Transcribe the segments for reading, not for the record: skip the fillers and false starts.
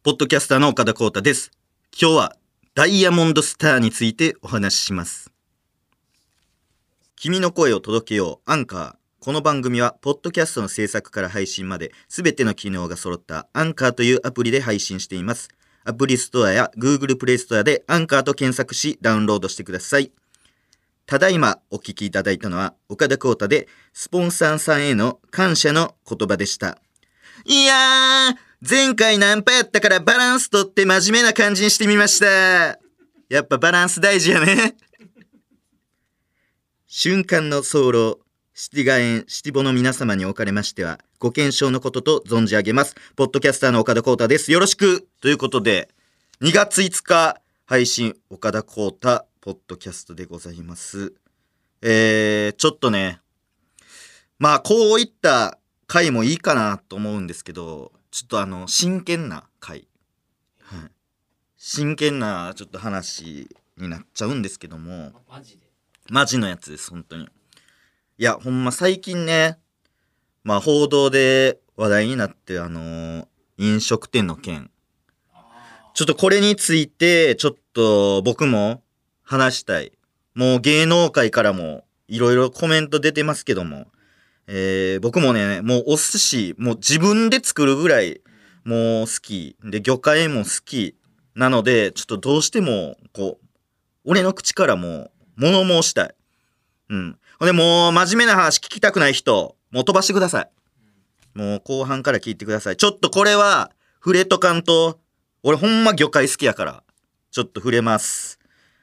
ポッドキャスターの岡田光太です。今日はダイヤモンドスターについてお話しします。君の声を届けようアンカー。この番組はポッドキャストの制作から配信まで全ての機能が揃ったアンカーというアプリで配信しています。アプリストアや Google プレイストアでアンカーと検索しダウンロードしてください。ただいまお聞きいただいたのは岡田光太でスポンサーさんへの感謝の言葉でした。いやー、前回ナンパやったからバランスとって真面目な感じにしてみました。やっぱバランス大事やね。瞬間の早漏、シティガエン、シティボの皆様におかれましてはご健勝のことと存じ上げます。ポッドキャスターの岡田光太です。よろしくということで2月5日配信岡田光太ポッドキャストでございます。ちょっとね、まあこういった回もいいかなと思うんですけど、ちょっと真剣な回、はい、真剣なちょっと話になっちゃうんですけども、マジのやつです本当に。いやほんま最近ね、まあ報道で話題になって飲食店の件、ちょっとこれについてちょっと僕も話したい。もう芸能界からもいろいろコメント出てますけども、僕もね、もうお寿司もう自分で作るぐらいもう好きで、魚介も好きなので、ちょっとどうしてもこう俺の口からも物申したい。ほんでもう真面目な話聞きたくない人もう飛ばしてください。もう後半から聞いてください。ちょっとこれは触れとかんと、俺ほんま魚介好きやからちょっと触れます。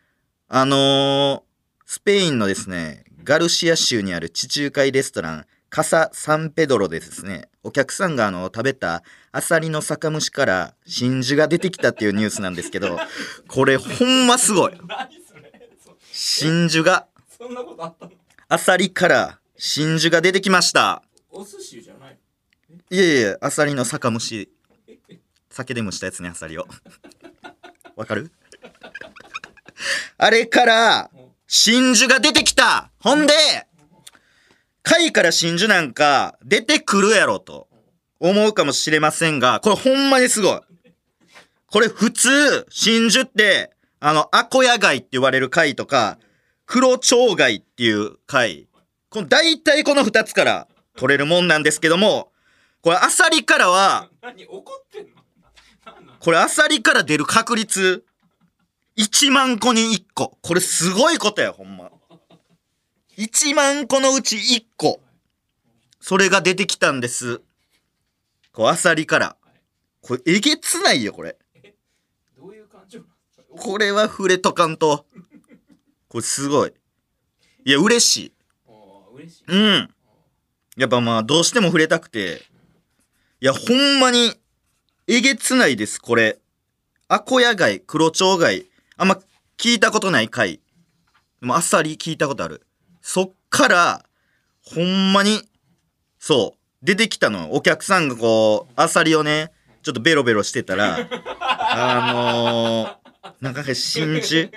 スペインのですね、ガルシア州にある地中海レストランカサ・サンペドロでですね、お客さんが食べたアサリの酒蒸しから真珠が出てきたっていうニュースなんですけど、これほんますごい。真珠が、 そんなことあったの？ アサリから真珠が出てきました。 お寿司じゃない？ いやいや、アサリの酒蒸し、酒で蒸したやつね、アサリを。わかる？あれから真珠が出てきた。ほんで貝から真珠なんか出てくるやろと思うかもしれませんが、これほんまにすごい。これ普通真珠ってアコヤ貝って言われる貝とか黒蝶貝っていう貝、この大体この2つから取れるもんなんですけども、これアサリからは、 何怒ってんの？ これアサリから出る確率1万個に1個。これすごいことやほんま。1万個のうち1個、それが出てきたんです。こうアサリから。これえげつないよこれ。 どういう感情？ これは触れとかんと。これすごい。いや嬉しい。 嬉しい。 やっぱまあどうしても触れたくて。いやほんまにえげつないですこれ。アコヤ貝、黒蝶貝、あんま聞いたことない貝。でもアサリ聞いたことある。そっからほんまにそう出てきたの。お客さんがこうアサリをねちょっとベロベロしてたらなんか真珠、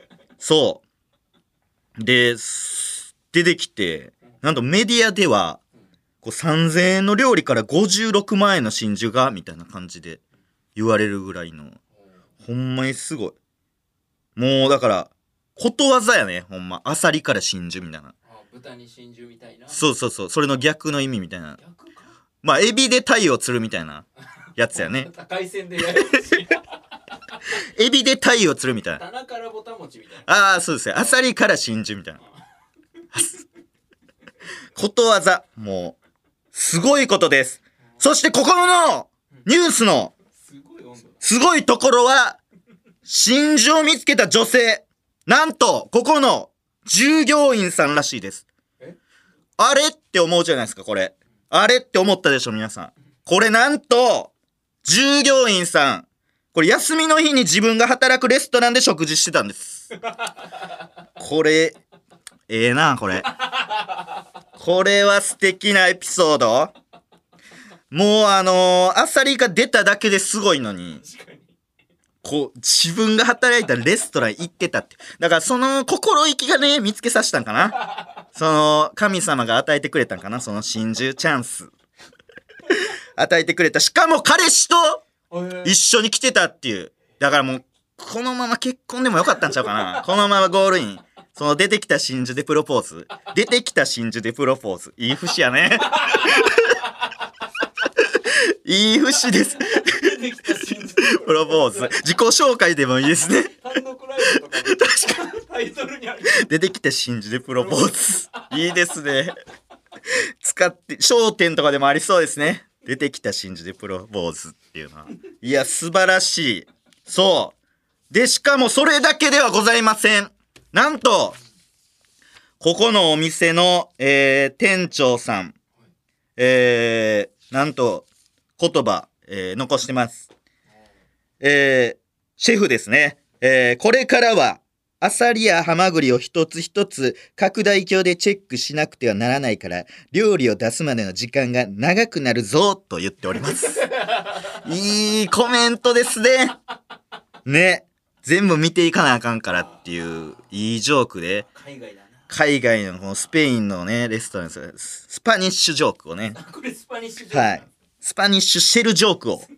そうで出てきて、なんとメディアではこう3000円の料理から56万円の真珠がみたいな感じで言われるぐらいの、ほんまにすごい。もうだからことわざやねほんま。アサリから真珠みたいな。 豚に真珠みたいな。 そうそうそう、それの逆の意味みたいな。 逆か。 まあエビで鯛を釣るみたいなやつやね。 高い線でやるし。 エビで鯛を釣るみたいな。 棚からぼた餅みたいな。 ああそうですね。アサリから真珠みたいな。ことわざ、もうすごいことです。そしてここのニュースのすごいところは、真珠を見つけた女性、なんとここの従業員さんらしいです。あれって思うじゃないですかこれ。あれって思ったでしょ皆さん。これなんと従業員さん、これ休みの日に自分が働くレストランで食事してたんです。これええなこれ。これは素敵なエピソード。もうアサリが出ただけですごいのに、こう自分が働いたレストラン行ってたって。だからその心意気がね見つけさせたんかな。その神様が与えてくれたんかな、その真珠チャンス与えてくれた。しかも彼氏と一緒に来てたっていう。だからもうこのまま結婚でもよかったんちゃうかな。このままゴールイン。その出てきた真珠でプロポーズ。出てきた真珠でプロポーズ。いい節やね。いい節です。 出てきた真珠プロポーズ。自己紹介でもいいですね。 単独ライブとかで確かに。 タイトルにある。 出てきた真珠でプロポーズ。いいですね。使って商店とかでもありそうですね。出てきた真珠でプロポーズっていうのは。いや素晴らしい。そうで、しかもそれだけではございません。なんとここのお店の、店長さん、なんと言葉、残してます。シェフですね。これからはアサリやハマグリを一つ一つ拡大鏡でチェックしなくてはならないから料理を出すまでの時間が長くなるぞと言っております。いいコメントですね。ね、全部見ていかなあかんからっていういいジョークで、 海外だな。 海外のこのスペインのねレストランです。スパニッシュジョークをね、 これスパニッシュジョーク。 はい、スパニッシュシェルジョークを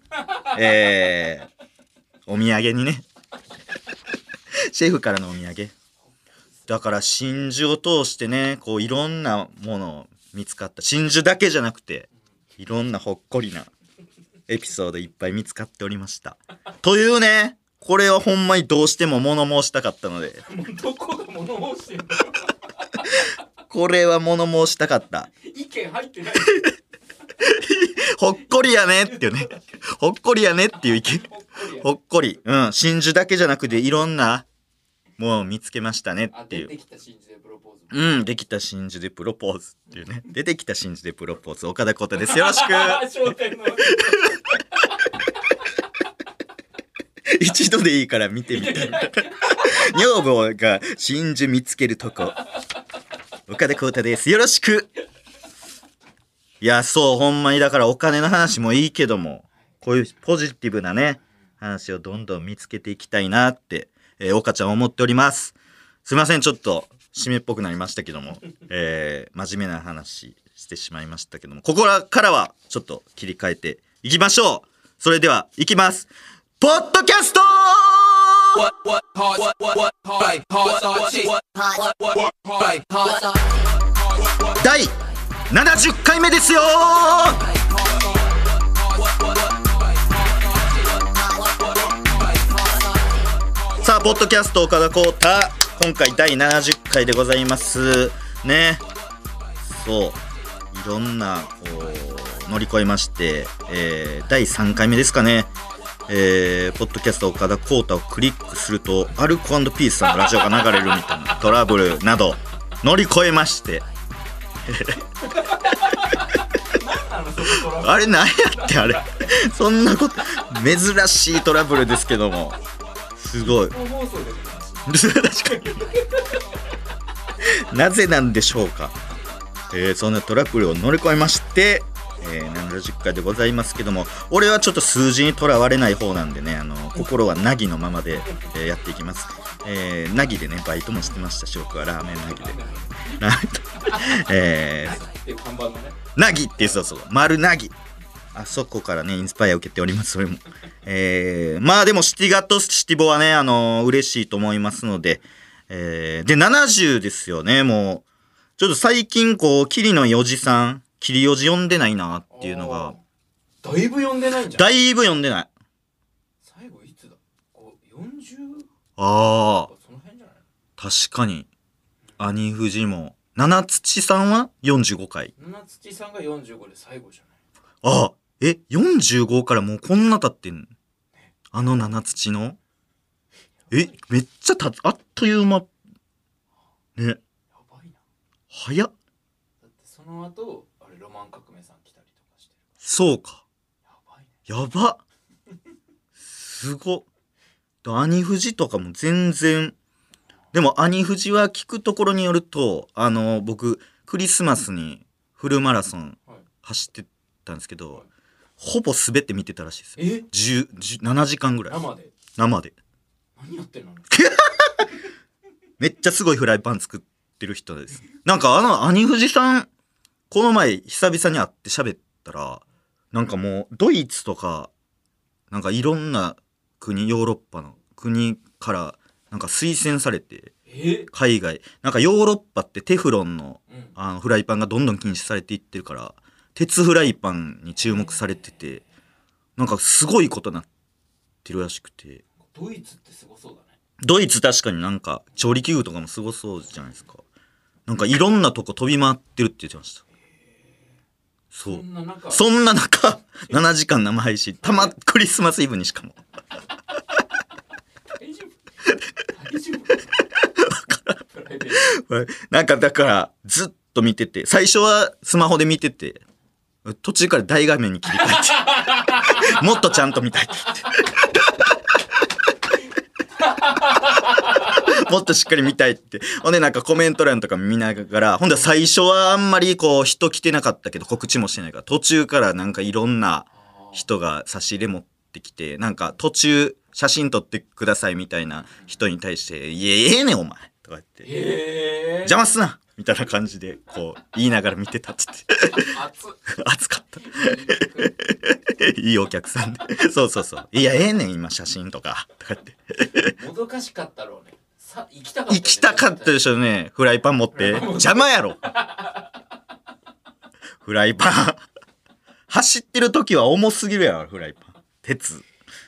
お土産にねシェフからのお土産だから真珠を通してね、こういろんなもの見つかった。真珠だけじゃなくていろんなほっこりなエピソードいっぱい見つかっておりましたというね、これはほんまにどうしても物申したかったので、 もうどこが物申してんの。 これは物申したかった。 意見入ってない。 ほっこりやねっていうね、ほっこりやねっていう意見。ほっこり、真珠だけじゃなくていろんなもう見つけましたねっていう。 出てきた真珠でプロポーズ。 できた真珠でプロポーズっていうね。出てきた真珠でプロポーズ。岡田浩太です。よろしく。 商店の一度でいいから見てみたい。女房が真珠見つけるとこ。岡田浩太です。よろしく。いや、そうほんまにだからお金の話もいいけども、こういうポジティブなね話をどんどん見つけていきたいなって、岡ちゃん思っております。すいません、ちょっと締めっぽくなりましたけども、真面目な話してしまいましたけども、ここからはちょっと切り替えていきましょう。それではいきます。ポッドキャスト第70回目ですよ。さあポッドキャスト岡田浩太、今回第70回でございますね。そういろんなこう乗り越えまして、第3回目ですかね。ポッドキャスト岡田浩太をクリックするとアルコ&ピースさんのラジオが流れるみたいなトラブルなど乗り越えましてあれ何やってあれそんなこと珍しいトラブルですけども、すごい確かになぜなんでしょうか。そんなトラブルを乗り越えまして、70回でございますけども、俺はちょっと数字にとらわれない方なんでね、心はなぎのままで、やっていきます。なぎでねバイトもしてましたし、僕はラーメンなぎでなぎってそう丸なぎ、あそこからねインスパイア受けております。それもまあでもシティガとシティボはね嬉しいと思いますので、で70ですよね。もうちょっと最近こうキリの4時さんキリ4時読んでないなっていうのが、 だいぶ読んでないんじゃん。 だいぶ読んでない。 最後いつだ、40、 ああその辺じゃない。 確かに兄藤も七土さんは45回、 七土さんが45で最後じゃない。ああ45からもうこんな経ってん、七土のめっちゃ経つ、あっという間ね。 やばいな。 早っ。 だってその後あれロマン革命さん来たりとかしてる。 そうか、 やばいね。 やばすごっ。兄藤とかも全然、でも兄藤は聞くところによると僕クリスマスにフルマラソン走ってたんですけど、はい、ほぼ滑って見てたらしいですよ。7時間ぐらい生で何やってんのめっちゃすごいフライパン作ってる人です。なんか兄藤さんこの前久々に会って喋ったら、なんかもうドイツとかなんかいろんな国、ヨーロッパの国からなんか推薦されて、海外なんかヨーロッパってテフロンの、フライパンがどんどん禁止されていってるから、鉄フライパンに注目されてて、なんかすごいことなってるらしくて。 ドイツってすごそうだね。 ドイツ確かになんか調理器具とかもすごそうじゃないですか。なんかいろんなとこ飛び回ってるって言ってました。そう。そんな中7時間生配信、クリスマスイブにしかも。 大丈夫なんかだからずっと見てて、最初はスマホで見てて、途中から大画面に切り替えてもっとちゃんと見たいって言ってもっとしっかり見たいって。ほんでなんかコメント欄とか見ながら、ほんで最初はあんまりこう人来てなかったけど告知もしてないから、途中からなんかいろんな人が差し入れ持ってきて、なんか途中写真撮ってくださいみたいな人に対して「いやええねんお前」とか言って「邪魔すな」みたいな感じでこう言いながら見てたっつって熱かったいいお客さんでそうそうそう「いやええねん今写真とか」とか言ってもどかしかったろうね。行きたかったでしょうね。フライパン持って邪魔やろフライパン走ってる時は重すぎるやろフライパン、鉄。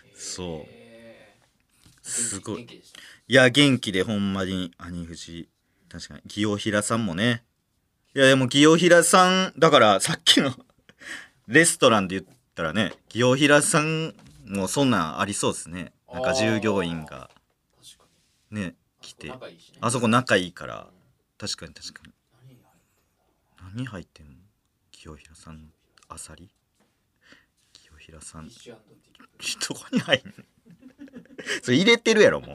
そうすごい。いや元気でほんまに兄藤、確かに祇王平さんもね。いやでも祇王平さんだから、さっきのレストランで言ったらね、祇王平さんもそんなんありそうですね。なんか従業員がね来て、あそこ仲いいから、確かに確かに。何入ってんの祇王平さんのアサリ。祇王平さんどこに入んのそれ入れてるやろもう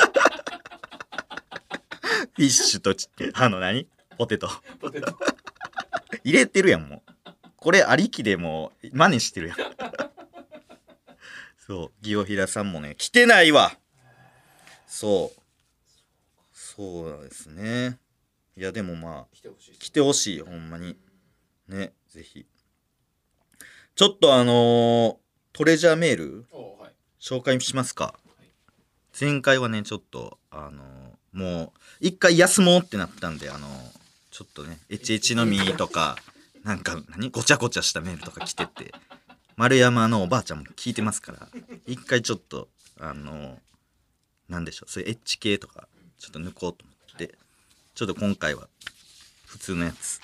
フィッシュと何ポテト入れてるやんもう。これありきでもう真似してるやんそう、祇王平さんもね来てないわ。そうですね。いやでもまあ来てほしいほんまにね、ぜひ。ちょっとトレジャーメール紹介しますか。前回はねちょっともう一回休もうってなったんで、ちょっとねエチエチのみとかなんかごちゃごちゃしたメールとか来てて、丸山のおばあちゃんも聞いてますから、一回ちょっとなんでしょう、そういうエッチ系とかちょっと抜こうと思って、ちょっと今回は普通のやつ。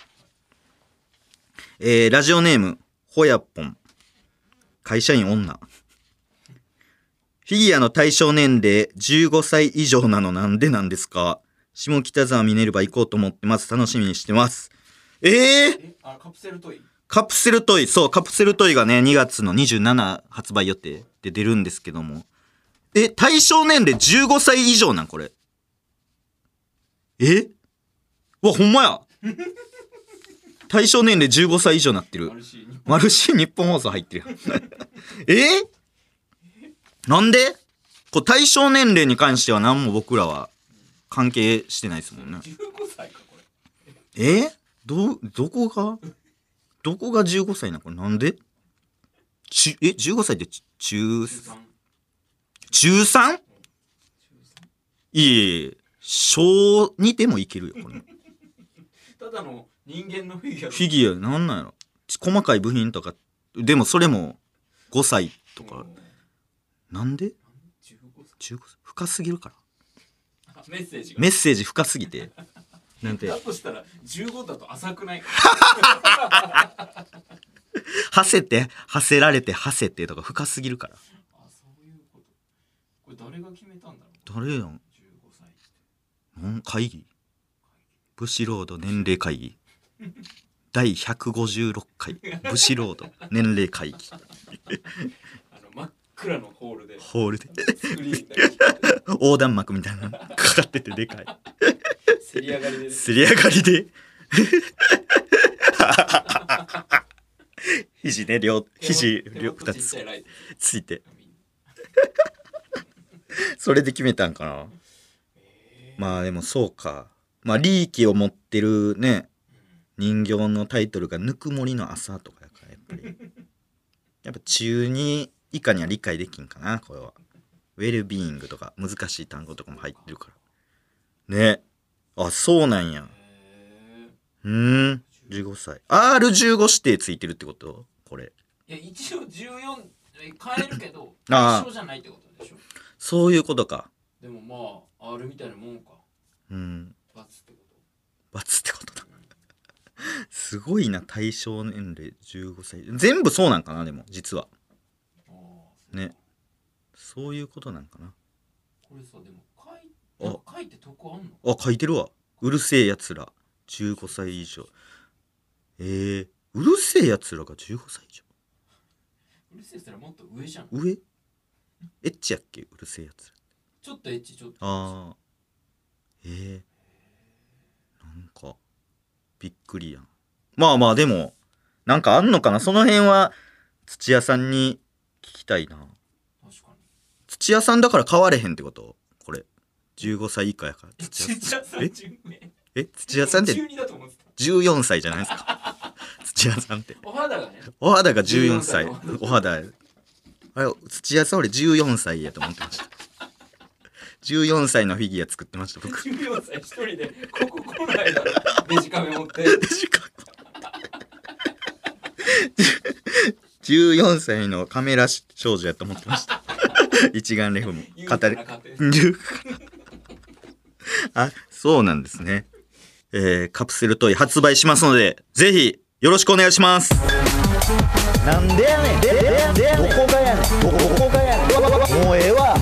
ラジオネームほやぽん、会社員女。フィギュアの対象年齢15歳以上なのなんでなんですか。下北沢ミネルヴァ行こうと思ってます。楽しみにしてます。 カプセルトイ。 カプセルトイ、そう、カプセルトイがね2月の27発売予定で出るんですけども、対象年齢15歳以上なんこれ。うわほんまや対象年齢15歳以上なってる。マルシー日本放送入ってるなんでこれ対象年齢に関しては何も僕らは関係してないですもんね。 15歳かこれ。 どこが15歳なこれ。なんで15歳って中 3？ いえ小2でもいけるよこれただの人間のフィギュアなんなんやろ。細かい部品とかでもそれも5歳とか。なんで15歳深すぎるから。メッセージ深すぎてなんて。 だとしたら15だと浅くないはせられてはせてとか深すぎるから。 そういうこと。これ誰が決めたんだろう。 誰やん。15歳って会議、武士ロード年齢会議第156回武士ロード年齢会議真っ暗のホールで横断幕みたいなのかかっててでかいせり上がりで、 せり上がりで肘ね肘2つついてそれで決めたんかな。まあでもそうか。まあ利益を持ってるね人形のタイトルがぬくもりの朝とかやから、やっぱりやっぱ中2 以下には理解できんかなこれは。ウェルビーイングとか難しい単語とかも入ってるからね。あ、そうなんや。15歳 R15 指定ついてるってこと？これいや一応14変えるけどあ一緒じゃないってことでしょ。 そういうことか。 でもまあ R みたいなもんか。罰ってこと。 罰ってことだすごいな。対象年齢15歳全部そうなんかな。でも実はね、そういうことなんかな。 これさでも書いて得あんの？ あ、書いてるわ。うるせえやつら15歳以上。うるせえやつらが15歳以上。 うるせえやつらもっと上じゃん。 上？エッチやっけ？うるせえやつら。 ちょっとエッチちょっと。 ああ。なんかびっくりやん。まあまあでもなんかあんのかな。その辺は土屋さんに聞きたいな。 確かに。 土屋さんだから変われへんってこと？これ15歳以下やから。 土屋さん土屋さんって 12だと思ってた。 14歳じゃないですか土屋さんって。 お肌がね。 お肌が14歳。お肌あれ土屋さん俺14歳やと思ってました。14歳のフィギュア作ってました僕。 14歳一人でここ来ないだろ。デジカメ持って。 14歳のカメラ少女やと思ってました一眼レフも片であ、そうなんですね。カプセルトイ発売しますのでぜひよろしくお願いします。 なんでやねん。どこがやねん。どこがやねん。もうええわ。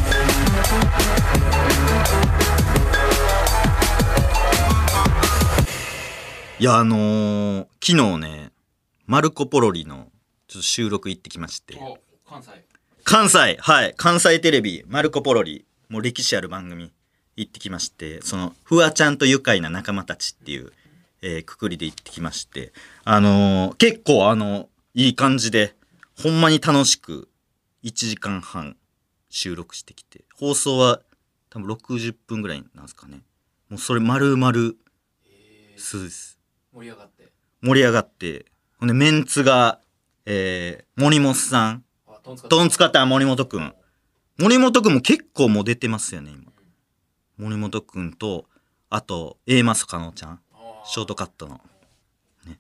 いや昨日ねマルコポロリのちょっと収録行ってきまして。関西はい関西テレビマルコポロリもう歴史ある番組行ってきまして、そのフワちゃんと愉快な仲間たちっていう、くくりで行ってきまして、結構いい感じでほんまに楽しく1時間半収録してきて、放送は多分60分ぐらいなんですかね。もうそれ丸々そうです。盛り上がってほんでメンツが、森本さんトンツカタン森本くんも結構もう出てますよね今。森本くんとあと A マスかのちゃんショートカットのね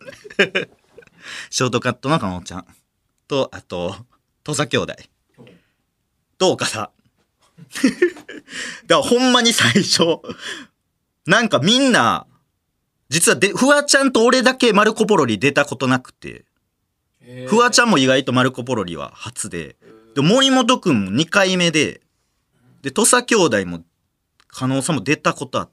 ショートカットのかのちゃんとあと土佐兄弟と岡田だからほんまに最初なんかみんな実はフワちゃんと俺だけマルコポロリ出たことなくて、フワちゃんも意外とマルコポロリは初で、森本くんも2回目で土佐兄弟も加納さんも出たことあって、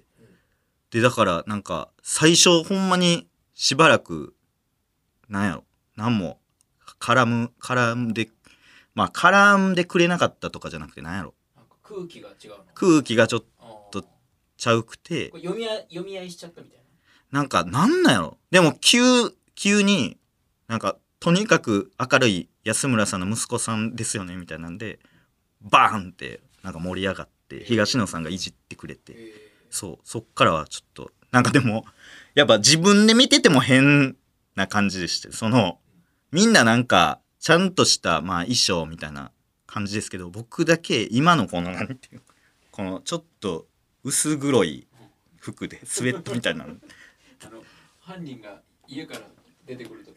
でだからなんか最初ほんまにしばらくなんやろなんも絡んでくれなかったとかじゃなくてなんやろ空気が違うの。 空気がちょっとちゃうくて読み合いしちゃったみたいな。なんかなんやろでも急になんかとにかく明るい安村さんの息子さんですよねみたいなんでバーンってなんか盛り上がって東野さんがいじってくれて、そっからはちょっとなんかでもやっぱ自分で見てても変な感じでして、みんななんかちゃんとした衣装みたいな感じですけど、僕だけ今のこのなんていうこのちょっと薄黒い服でスウェットみたいな犯人が家から出てくると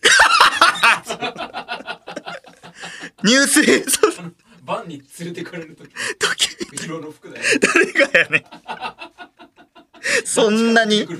ニュース映像バンに連れてかれるとき色の服だよ。 誰がやねんそん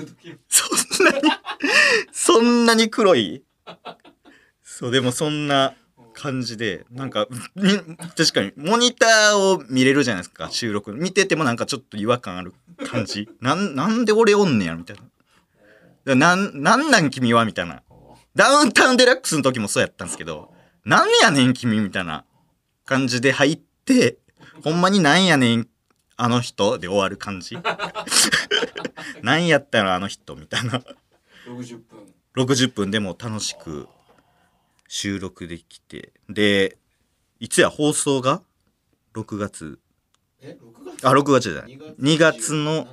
なに黒いそうでもそんな感じでなんか確かにモニターを見れるじゃないですか。収録見ててもなんかちょっと違和感ある感じなんで俺おんねやみたいな。なん君はみたいな。ダウンタウンデラックスの時もそうやったんですけど、なんやねん君みたいな感じで入ってほんまになんやねんあの人で終わる感じなんやったらあの人みたいな。60分でも楽しく収録できて、でいつや放送が6月6月じゃない2月の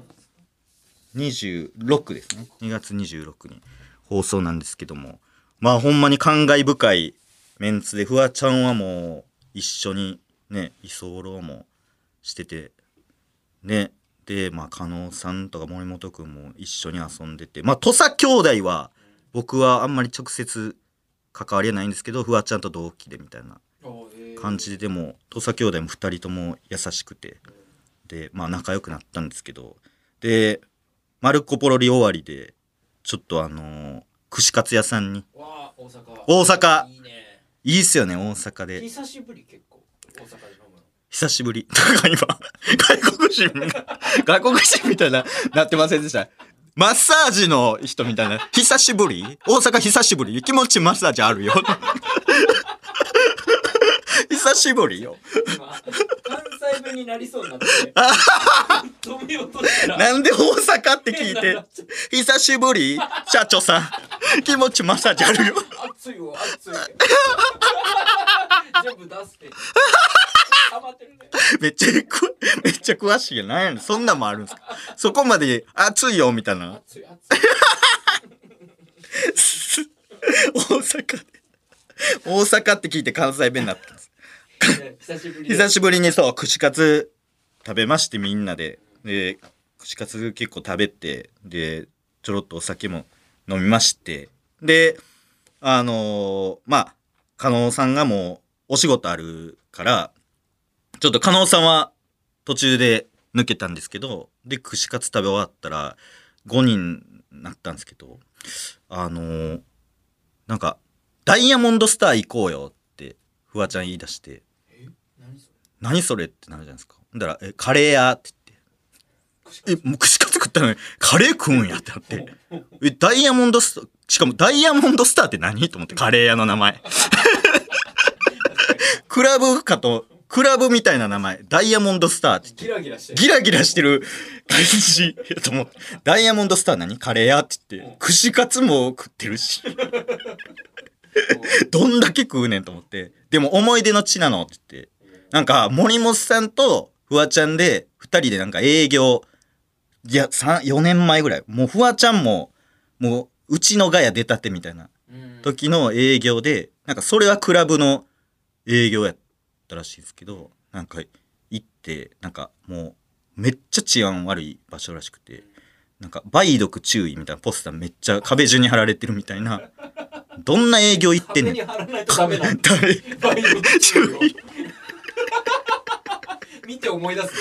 26ですね。2月26に放送なんですけども、ほんまに感慨深いメンツで、フワちゃんはもう一緒にね居候もしててね。でまあ加納さんとか森本くんも一緒に遊んでて、まあ土佐兄弟は僕はあんまり直接関わりはないんですけど、フワちゃんと同期でみたいな感じで、でも土佐兄弟も2人とも優しくて、でまあ仲良くなったんですけど、でマルコポロリ終わりでちょっと串カツ屋さんに、 わあ大阪。 大阪いいね。 いいっすよね大阪で。 久しぶり結構大阪で飲むの。 久しぶり。なんか今外国人みたいななってませんでした？マッサージの人みたいな。久しぶり？大阪久しぶり？気持ちマッサージあるよ。久しぶりよ。 今関西弁になりそうになって止めようとしたらなんで大阪って聞いて久しぶり社長さん気持ちマッサージあるよ。 熱いよ熱い全部出して溜まってるね。 めっちゃ詳しいやん。なんやねんそんなんもあるんですか？そこまで熱いよみたいな。 熱い大阪って聞いて関西弁になったんです。 久しぶりにそう串カツ食べまして、みんなで串カツ結構食べて、でちょろっとお酒も飲みまして、でまあ加納さんがもうお仕事あるからちょっと加納さんは途中で抜けたんですけど、で串カツ食べ終わったら5人になったんですけど、なんかダイヤモンドスター行こうよってフワちゃん言い出して、何それってなるじゃないですか。だからカレー屋って言って、もう串カツ食ったのにカレー食うんやってなってダイヤモンドスター、しかもダイヤモンドスターって何と思って、カレー屋の名前クラブみたいな名前、ダイヤモンドスターってギラギラしてるギラギラしてる感じやと思って、ダイヤモンドスター何カレー屋って言って串カツも食ってるしどんだけ食うねんと思って、でも思い出の地なのって言って、なんか森本さんとフワちゃんで2人でなんか営業、いや4年前ぐらい、もうフワちゃんももううちのガヤ出たてみたいな時の営業で、なんかそれはクラブの営業やったらしいですけど、なんか行ってなんかもうめっちゃ治安悪い場所らしくて、なんか梅毒注意みたいなポスターめっちゃ壁中に貼られてるみたいな。どんな営業行ってんねん。 壁に貼らないとダメなんだ。 誰梅毒注意を見て思い出す。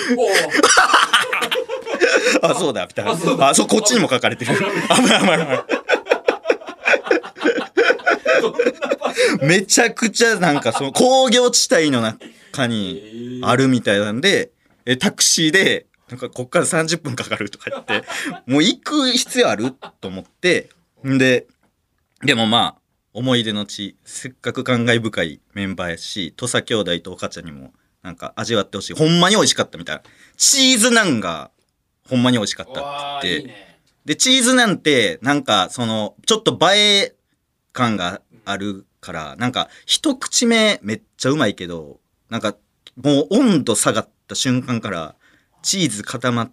あ、そうだみたいな。あ、そう、こっちにも書かれてる。危ない危ない危ない。めちゃくちゃなんかその工業地帯の中にあるみたいなんで、タクシーでなんかこっから30分かかるとか言って、もう行く必要あると思って、でもまあ思い出の地、せっかく感慨深いメンバーやし、土佐兄弟とおかちゃんにもなんか味わってほしい。ほんまに美味しかったみたいな。チーズナンがほんまに美味しかったって言って、でチーズナンってなんかそのちょっと映え感があるから、なんか一口目めっちゃうまいけど、なんかもう温度下がった瞬間からチーズ固まって、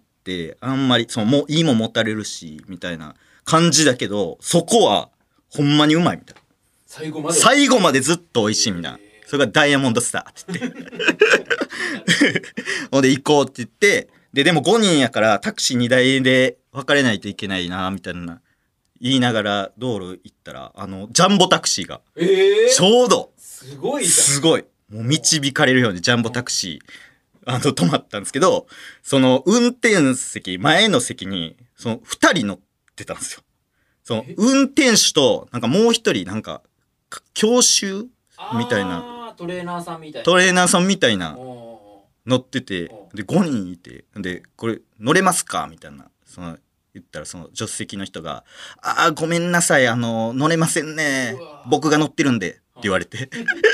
あんまりそのもう胃ももたれるしみたいな感じだけど、そこはほんまにうまいみたいな。最後までずっと美味しいみたいな。それがダイヤモンドスターって言ってほんで行こうって言って、でも5人やからタクシー2台で分かれないといけないなみたいな言いながら道路行ったら、ジャンボタクシーがちょうどすごいもう導かれるようにジャンボタクシー止まったんですけど、その運転席前の席にその2人乗ってたんですよ。その運転手となんかもう一人なんか教習みたいなトレーナーさんみたいな乗ってて、で5人いて、でこれ乗れますかみたいな、その言ったらその助手席の人が「ああごめんなさい乗れませんね、僕が乗ってるんで」って言われて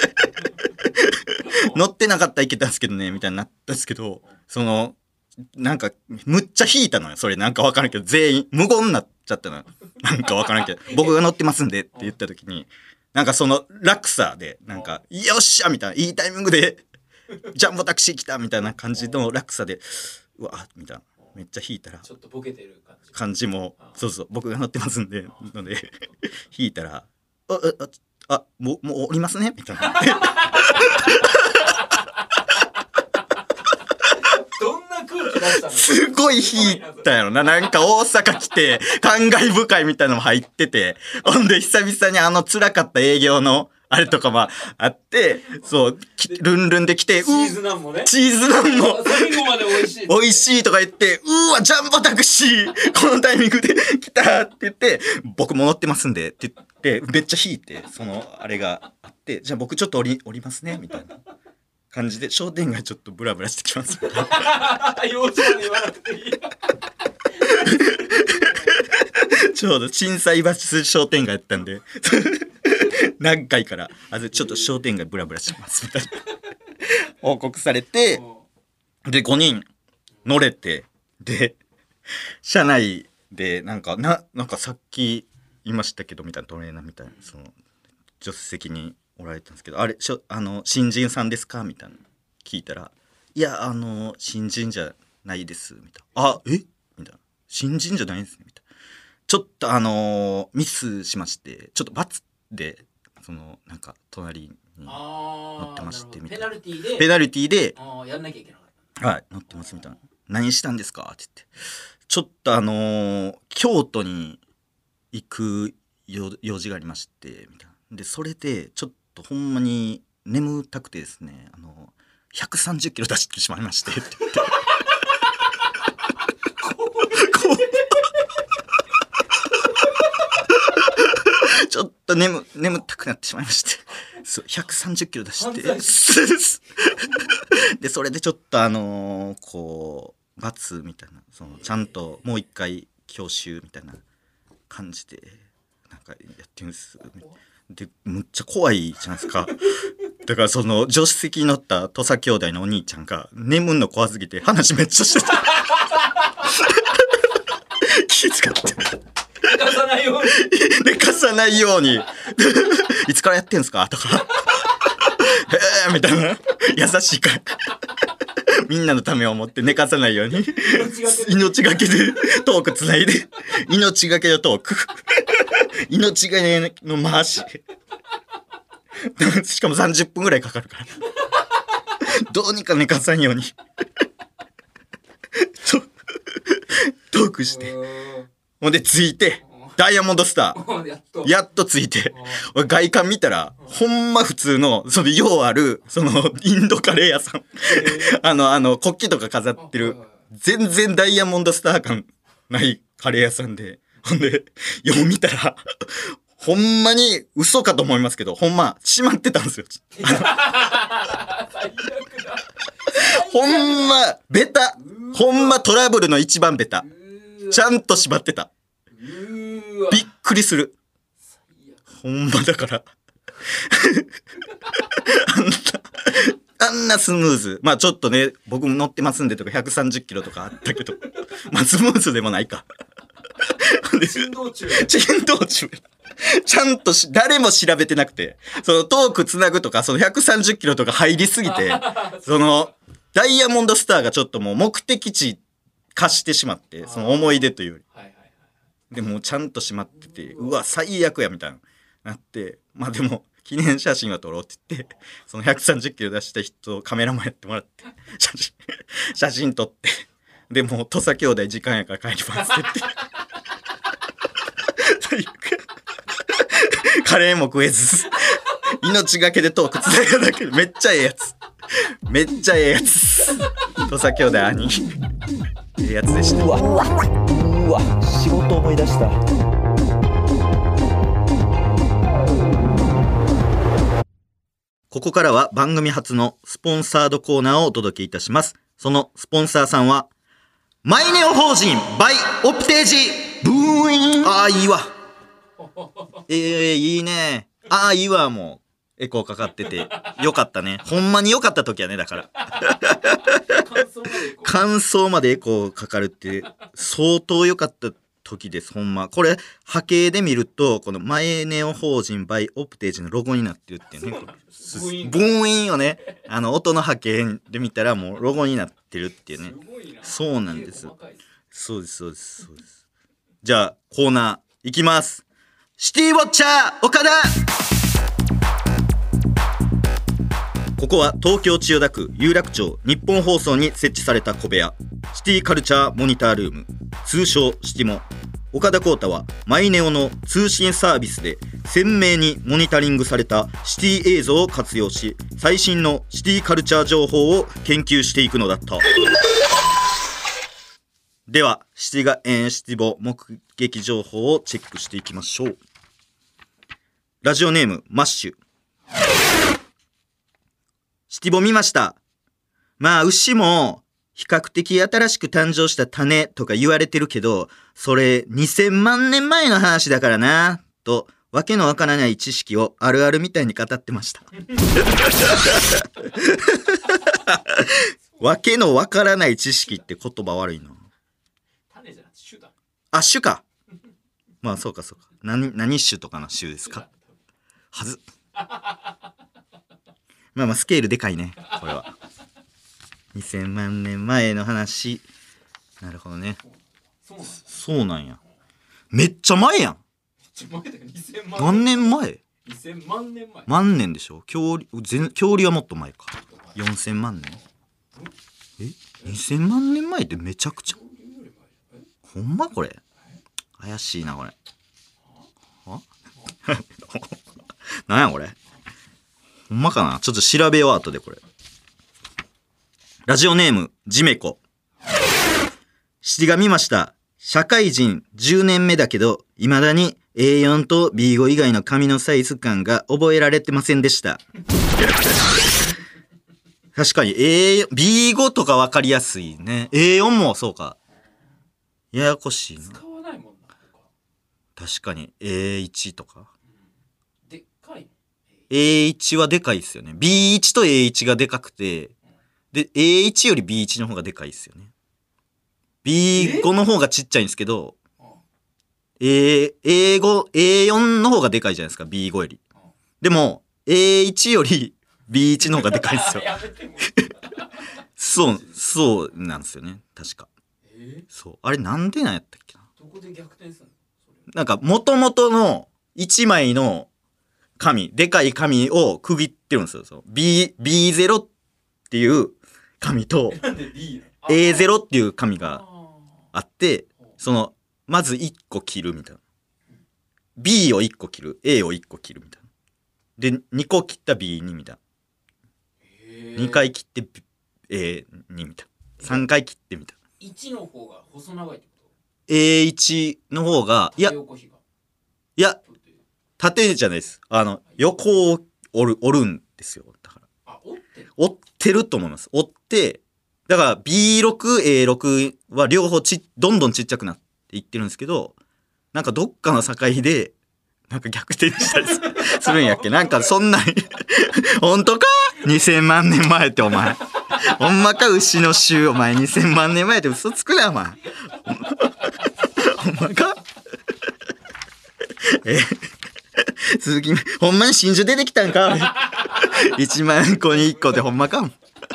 乗ってなかったらいけたんですけどねみたいになったんですけど、そのなんかむっちゃ引いたのよ。それなんか分からんけど全員無言になっちゃったのよ。なんか分からんけど僕が乗ってますんでって言った時に、なんかその落差でなんかよっしゃみたいないいタイミングでジャンボタクシー来たみたいな感じの落差でうわみたいな、めっちゃ引いたらちょっとボケてる感じもそう僕が乗ってますんでので引いたらもうおりますねみたいなどんな空気出したの？ すごい引いたやろな。なんか大阪来て感慨深いみたいなのも入ってて、ほんで久々に辛かった営業のあれとかもあって、そうルンルンで来て、 チーズナンもね。 チーズナンも最後まで美味しい。 美味しいとか言って、うわジャンボタクシーこのタイミングで来たって言って、僕も乗ってますんでって言ってめっちゃ引いて、そのあれがあって、じゃあ僕ちょっと降りますねみたいな感じで商店街ちょっとブラブラしてきますみたいな幼稚まで言わなくていい。 ちょうど心斎橋商店街やったんで何回からちょっと商店街ブラブラしますみたいな報告されて、で5人乗れて、で車内でなんかさっき言いましたけどみたいな、トレーナーみたいな、その助手席におられたんですけど、新人さんですかみたいな聞いたら、いや新人じゃないですみたいな、みたいな、新人じゃないですねみたいな、ちょっとミスしまして、ちょっと罰でなんか隣に乗ってましてみたいな、ペナルティでやんなきゃいけなかった。 はい、乗ってますみたいな、何したんですかって言って、ちょっと京都に行く用事がありましてみたいな、でそれでちょっとほんまに眠たくてですね、130キロ出してしまいましてって言ってちょっと眠たくなってしまいまして、そう130キロ出してでそれでちょっとこう罰みたいな、ちゃんともう一回教習みたいな感じでなんかやってるんです。でむっちゃ怖いじゃないですか。だから助手席に乗った土佐兄弟のお兄ちゃんが眠んの怖すぎて話めっちゃしてた気遣って寝かさないようにいつからやってんすかとかへえみたいな、優しいからみんなのためを思って寝かさないように命がけでトークつないで、命がけのトーク命がけの回ししかも30分ぐらいかかるからどうにか寝かさんようにトークして、ほんで着いてダイヤモンドスターやっと着いて、俺外観見たらほんま普通のようあるインドカレー屋さん国旗とか飾ってる全然ダイヤモンドスター感ないカレー屋さんで、ほんでよう見たらほんまに嘘かと思いますけど、ほんま閉まってたんですよほんまベタ、ほんまトラブルの一番ベタ、ちゃんと閉まってた。びっくりする。ほんまだからあんなスムーズ、まあちょっとね僕も乗ってますんでとか130キロとかあったけどまあスムーズでもないか珍道中ちゃんと誰も調べてなくて、トークつなぐとか130キロとか入りすぎてダイヤモンドスターがちょっともう目的地化してしまって、思い出というより、でもちゃんと閉まってて、うわ最悪やみたいななって、まあでも記念写真は撮ろうって言って130キロ出した人カメラマンやってもらって写真撮って、でも土佐兄弟時間やから帰りますって言って最悪カレーも食えず命がけでトークつながだけでめっちゃええやつ土佐兄弟兄ええやつでした。 うわ仕事思い出した。 ここからは番組初のスポンサードコーナーをお届けいたします。そのスポンサーさんはマイネオ法人バイオプテージブーイン。いいわいいね。いいわ。もうエコーかかっててよかったね。ほんまによかった時はね、だから感想までエコーかかるって相当よかった時です。ほんまこれ波形で見るとこのマイネオ法人バイオプテージのロゴになってるっていうね、ブーインをね音の波形で見たらもうロゴになってるっていうね。そうなんです。そうですじゃあコーナーいきます。シティウォッチャー岡田。 ここは東京千代田区有楽町日本放送に設置された小部屋、シティカルチャーモニタールーム、通称シティモ。岡田浩太はマイネオの通信サービスで鮮明にモニタリングされたシティ映像を活用し、最新のシティカルチャー情報を研究していくのだった。ではシティボ目撃情報をチェックしていきましょう。ラジオネームマッシュ。シティボ見ました。まあ牛も比較的新しく誕生した種とか言われてるけど、それ2000万年前の話だからなと、わけのわからない知識をあるあるみたいに語ってましたわけのわからない知識って言葉悪いな。 種じゃなくて種だ。 あ、種か。まあそうかそうか。何種とかの種ですか。はず。まあスケールでかいねこれは。2000万年前の話。なるほどね。そうなんや。めっちゃ前やん。何年前 ？2000万年前。 万年でしょ。恐竜はもっと前か。4000万年。2000万年前ってめちゃくちゃ。ほんまこれ怪しいなこれ。なんやこれ。ほんまかな。ちょっと調べよう後でこれ。ラジオネームジメコ。シティが見ました。社会人10年目だけど未だに A4 と B5 以外の紙のサイズ感が覚えられてませんでした確かに B5 とか分かりやすいね。 A4 もそうか。ややこしいな。 使わないもんな。 確かに A1 とか、 でっかい。 A1 はでかいっすよね。 B1 と A1 がでかくて、で A1 より B1 の方がでかいっすよね。B5 の方がちっちゃいんですけど、A4 の方がでかいじゃないですか B5 より。でも A1 より B1 の方がでかいんですよそうなんですよね確か。そうあれなんでなんやったっけな。 どこで逆転するの？ なんか元々の1枚の紙、でかい紙を区切ってるんですよ。そう B0 っていう紙と A0 っていう紙があって、そのまず1個切るみたいな。B を1個切る、A を1個切るみたいな。で2個切った B2 みたいな。2回切って A2 みたいな。3回切ってみたいな。 1の方が細長いってこと？ A1 の方がいや縦じゃないです。横を折るんですよ。だから折ってると思います。折ってだから B6A6 は両方どんどんちっちゃくなっていってるんですけど、なんかどっかの境でなんか逆転したりするんやっけ。なんかそんなに本当か2000万年前ってお前ほんまか。牛の種お前2000万年前って嘘つくなお前ほんまか続きほんまに真珠出てきたんか1万個に1個でほんまか。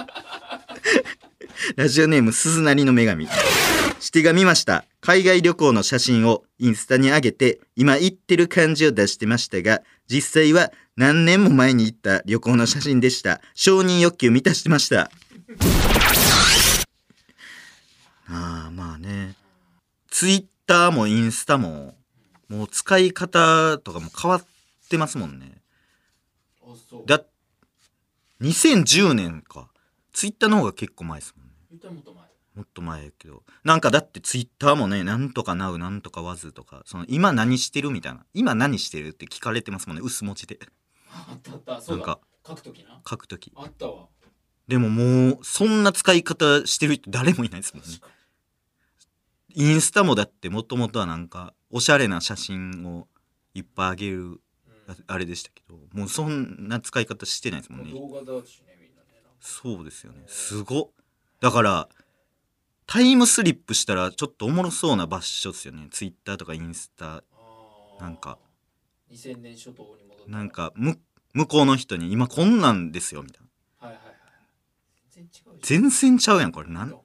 ラジオネーム鈴なりの女神。シティが見ました。海外旅行の写真をインスタに上げて今言ってる感じを出してましたが、実際は何年も前に行った旅行の写真でした。承認欲求満たしてましたまあね、ツイッターもインスタももう使い方とかも変わってますもんね。だ2010年か。ツイッターの方が結構前ですもんね。もっと前やけど、なんかだってツイッターもね、なんとかなうなんとかわずとか、その今何してるみたいな、今何してるって聞かれてますもんね、薄文字で。 あったそうだ。なんか書くときあったわ。 でももうそんな使い方してる人誰もいないですもんね。インスタもだってもともとはなんかおしゃれな写真をいっぱいあげるあれでしたけど、もうそんな使い方してないですもんね。 動画だしね、みんなね。 そうですよね。すご。だからタイムスリップしたらちょっとおもろそうな場所ですよね。ツイッターとかインスタ。なんか 2000年初頭に戻ったなんか向こうの人に今こんなんですよみたいな。 はいはいはい。 全然ちゃうやんこれ。なん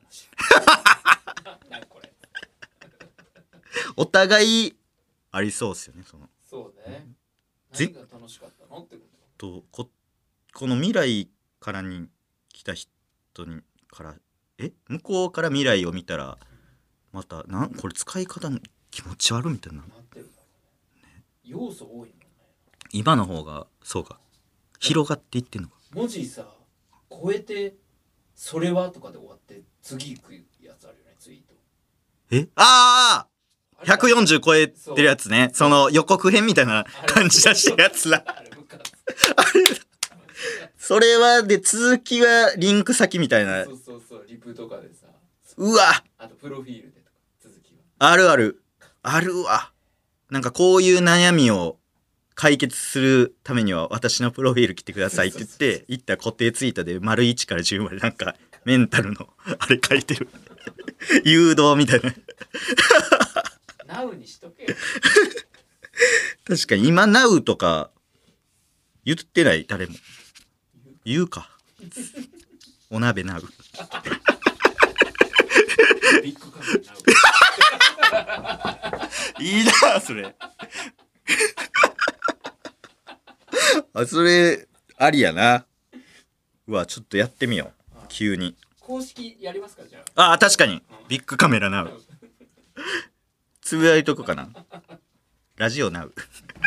お互いありそうですよね。 そうね。何が楽しかったのってことこの未来からに来た人にから向こうから未来を見たらまたこれ使い方気持ち悪いみたいな。 なってるだろうね。要素多いもんね。 今の方がそうか広がっていってんのか。 文字さ超えてそれはとかで終わって次行くやつあるよねツイート。 ああ140超えてるやつね。その予告編みたいな感じ出してるやつだ。あれそれはで続きはリンク先みたいな。 そうリプとかでさ。 うわあとプロフィールでとか続きはあるわ。なんかこういう悩みを解決するためには私のプロフィール来てくださいって言って言った固定ツイートで丸1から10までなんかメンタルのあれ書いてる誘導みたいなナウにしとけよ。 確かに今ナウとか言ってない誰も。言うかお鍋ナウビッグカメラナウいいなそれそれありやな。うわちょっとやってみよう急に。 公式やりますかじゃあ。 確かにビッグカメラナウつぶやいとくかな。ラジオナウ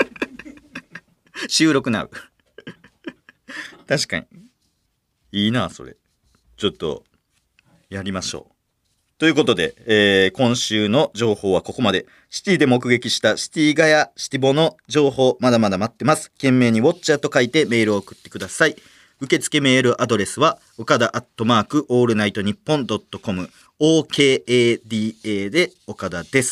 収録ナウ確かにいいなそれ。ちょっとやりましょうということで、今週の情報はここまで。シティで目撃したシティガヤシティボの情報まだまだ待ってます。懸命にウォッチャーと書いてメールを送ってください。受付メールアドレスは岡田@オールナイトニッポン.com OKADA で岡田です。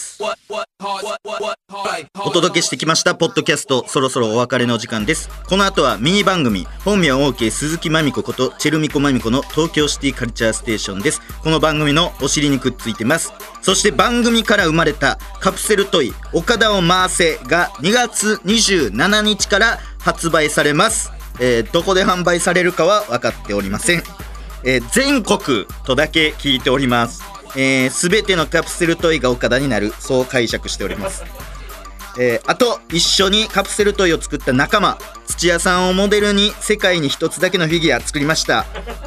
お届けしてきましたポッドキャスト、そろそろお別れの時間です。この後はミニ番組本名 OK 鈴木まみこことチェルミコまみこの東京シティカルチャーステーションです。この番組のお尻にくっついてます。そして番組から生まれたカプセルトイ岡田を回せが2月27日から発売されます。どこで販売されるかは分かっておりません。全国とだけ聞いております。すべてのカプセルトイが岡田になる、そう解釈しております。あと一緒にカプセルトイを作った仲間土屋さんをモデルに世界に一つだけのフィギュア作りました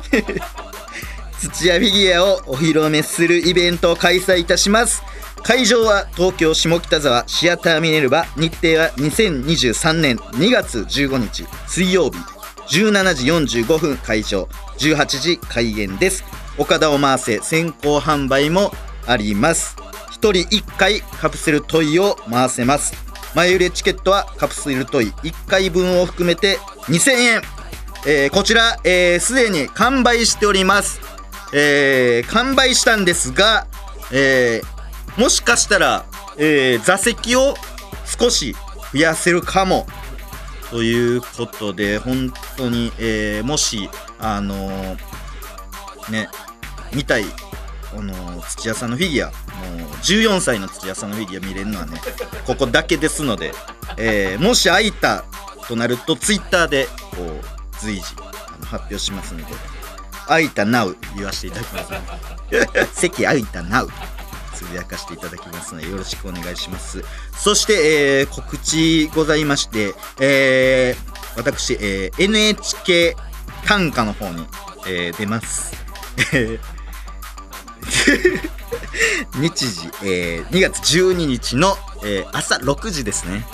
土屋フィギュアをお披露目するイベントを開催いたします。会場は東京下北沢シアターミネルバ。日程は2023年2月15日水曜日17時45分会場、18時開演です。岡田を回せ先行販売もあります。1人1回カプセルトイを回せます。前売れチケットはカプセルトイ1回分を含めて2000円。こちらすでに完売しております。完売したんですが、もしかしたら、座席を少し増やせるかもということで、本当に、もし見たい土屋さんのフィギュア、もう14歳の土屋さんのフィギュア見れるのはねここだけですので、もし空いたとなるとツイッターでこう随時発表しますので、空いたなう言わせていただきますので席空いたなうつぶやかしていただきますのでよろしくお願いします。そして、告知ございまして、私、NHK 短歌の方に、出ます日時、2月12日の、朝6時ですね、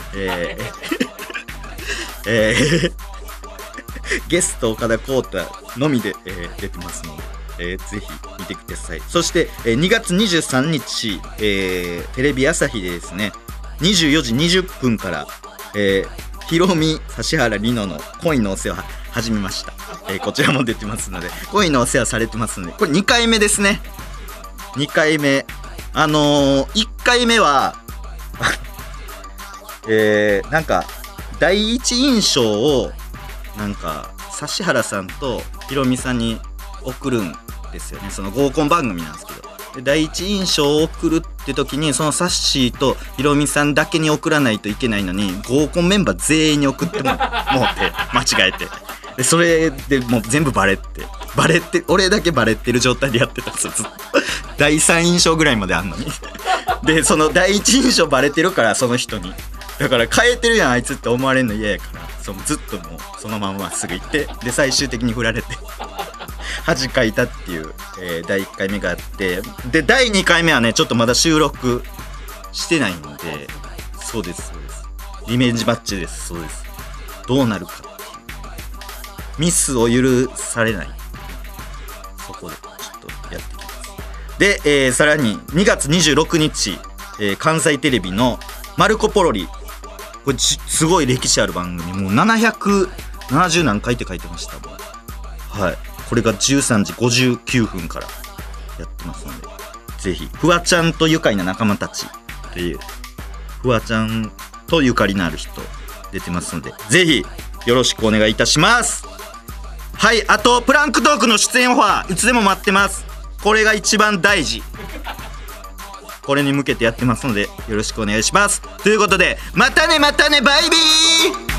ゲスト岡田浩太のみで、出てますので、ぜひ見てください。そして、2月23日、テレビ朝日でですね24時20分から、ひろみ指原莉乃の恋のお世話始めました。こちらも出てますので恋のお世話されてますので、これ2回目ですね。2回目1回目はなんか第一印象をなんか指原さんとひろみさんに送るんですよね。その合コン番組なんですけど、で第一印象を送るって時にそのサッシーとひろみさんだけに送らないといけないのに合コンメンバー全員に送ってもって間違えて、でそれでもう全部バレって俺だけバレってる状態でやってたんですよずっと第三印象ぐらいまであんのにでその第一印象バレてるからその人にだから変えてるやんあいつって思われるの嫌やからずっともうそのまままっすぐ行って、で最終的に振られて恥かいたっていう、第1回目があって、で第2回目はねちょっとまだ収録してないので、そうですリベンジマッチです。そうです。どうなるかっていう、ミスを許されない、そこでちょっとやっていきます。で、さらに2月26日、関西テレビのマルコポロリ、これすごい歴史ある番組、もう770何回って書いてましたもん。はい、これが13時59分からやってますので、ぜひフワちゃんと愉快な仲間たちという、フワちゃんとゆかりのある人出てますので、ぜひよろしくお願いいたします。はい、あとプランクトークの出演オファーいつでも待ってます。これが一番大事、これに向けてやってますのでよろしくお願いします。ということで、またねバイビー。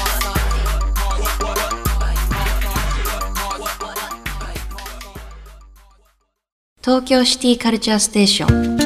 東京シティカルチャーステーション。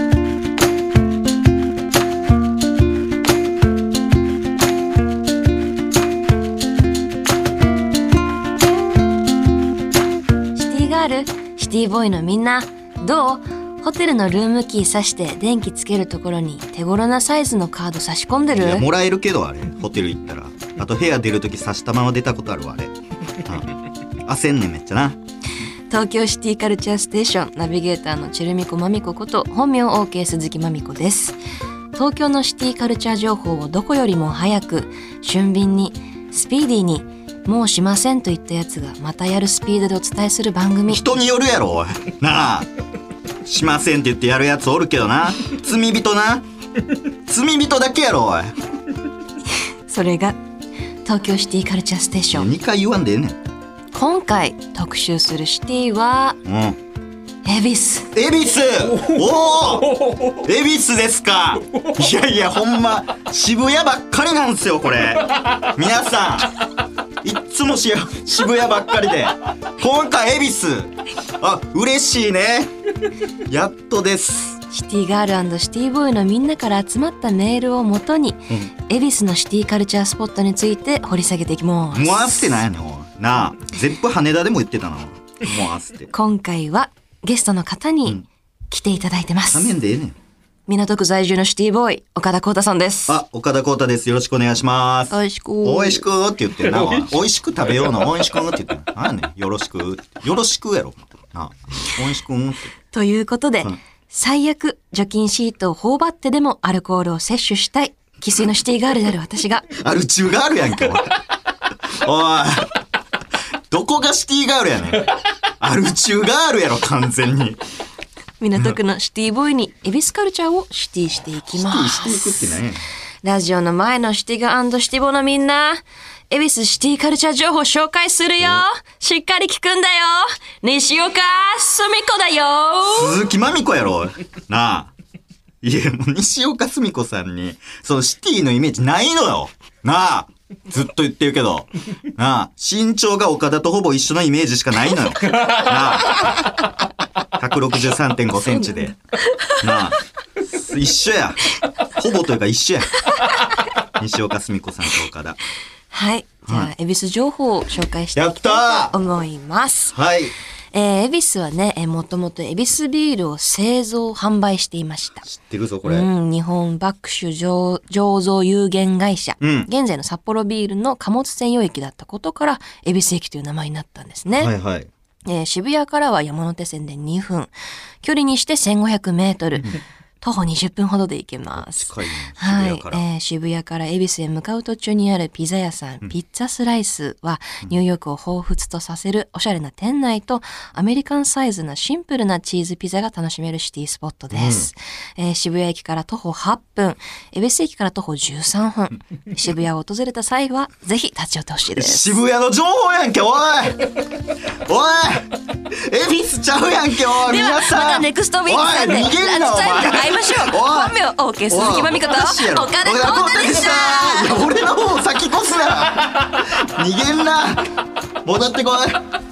シティボーイのみんなどう？ホテルのルームキー挿して電気つけるところに手頃なサイズのカード差し込んでる？ いやもらえるけど、あれホテル行ったら、あと部屋出るとき差したまま出たことあるわあれ焦んねんめっちゃな。 東京シティカルチャーステーションナビゲーターのチェルミコマミコこと本名 OK 鈴木まみこです。東京のシティカルチャー情報をどこよりも早く、俊敏に、スピーディーに、もうしませんと言ったやつがまたやるスピードでお伝えする番組。 人によるやろなあ、しませんって言ってやるやつおるけどな、罪人だけやろおいそれが東京シティカルチャーステーション。 2回言わんでええねん。 今回特集するシティは、恵比寿。おお恵比寿ですか。いやほんま渋谷ばっかりなんすよこれ。皆さんいっつも渋谷ばっかりで、今回恵比寿、あ、嬉しいね、やっとです。 シティガール&シティボーイのみんなから集まったメールをもとに、恵比寿のシティカルチャースポットについて掘り下げていきます。 もうあってないのなあ、全部羽田でも言ってたな、もうあって。 今回はゲストの方に来ていただいてます。 仮面でええねん。 港区在住のシティボーイ岡田浩太さんです。 あ、岡田浩太です。よろしくお願いします。 おいしくって言ってんな。おいしく食べようのおいしくって言ってんな。なんやねん、よろしくやろな。おいしくって。 ということで、最悪除菌シートを頬張ってでもアルコールを摂取したい生粋のシティガールである私がアル中ガールやんけおいどこがシティガールやねん。アル中ガールやろ完全に。 港区のシティボーイに恵比寿カルチャーをシティしていきます。 シティしていくって何や。 ラジオの前のシティガ&シティボのみんな、恵比寿シティカルチャー情報紹介するよ。しっかり聞くんだよ。西岡すみこだよ。 鈴木まみこやろなあ。いやもう西岡すみこさんにそのシティのイメージないのよなあ。ずっと言ってるけどなあ、身長が岡田とほぼ一緒のイメージしかないのよなあ。163.5 センチでなあ、一緒や、ほぼというか一緒や西岡すみこさんと岡田。 はい、じゃあ恵比寿情報を紹介していきたいと思います。 はい。 恵比寿はね、もともと恵比寿ビールを製造販売していました。 知ってるぞこれ。 日本麦酒醸造有限会社、現在の札幌ビールの貨物専用駅だったことから恵比寿駅という名前になったんですね。 はいはい。 渋谷からは山手線で2分、距離にして1500メートル。徒歩20分ほどで行けます。 近いね、 はい、 渋谷から。 渋谷から恵比寿へ向かう途中にあるピザ屋さん、ピッツァスライスは、ニューヨークを彷彿とさせるおしゃれな店内と、アメリカンサイズなシンプルなチーズピザが楽しめるシティスポットです。渋谷駅から徒歩8分、恵比寿駅から徒歩13分。渋谷を訪れた際は、ぜひ立ち寄ってほしいです。 渋谷の情報やんけ、おい恵比寿ちゃうやんけ、おい皆さん。 またネクストウィークさんで、ランチタイムで会いましょう。本名 OK 鈴木まみこと岡田浩太でした。 いや俺の方先越すな。逃げんな。戻ってこい。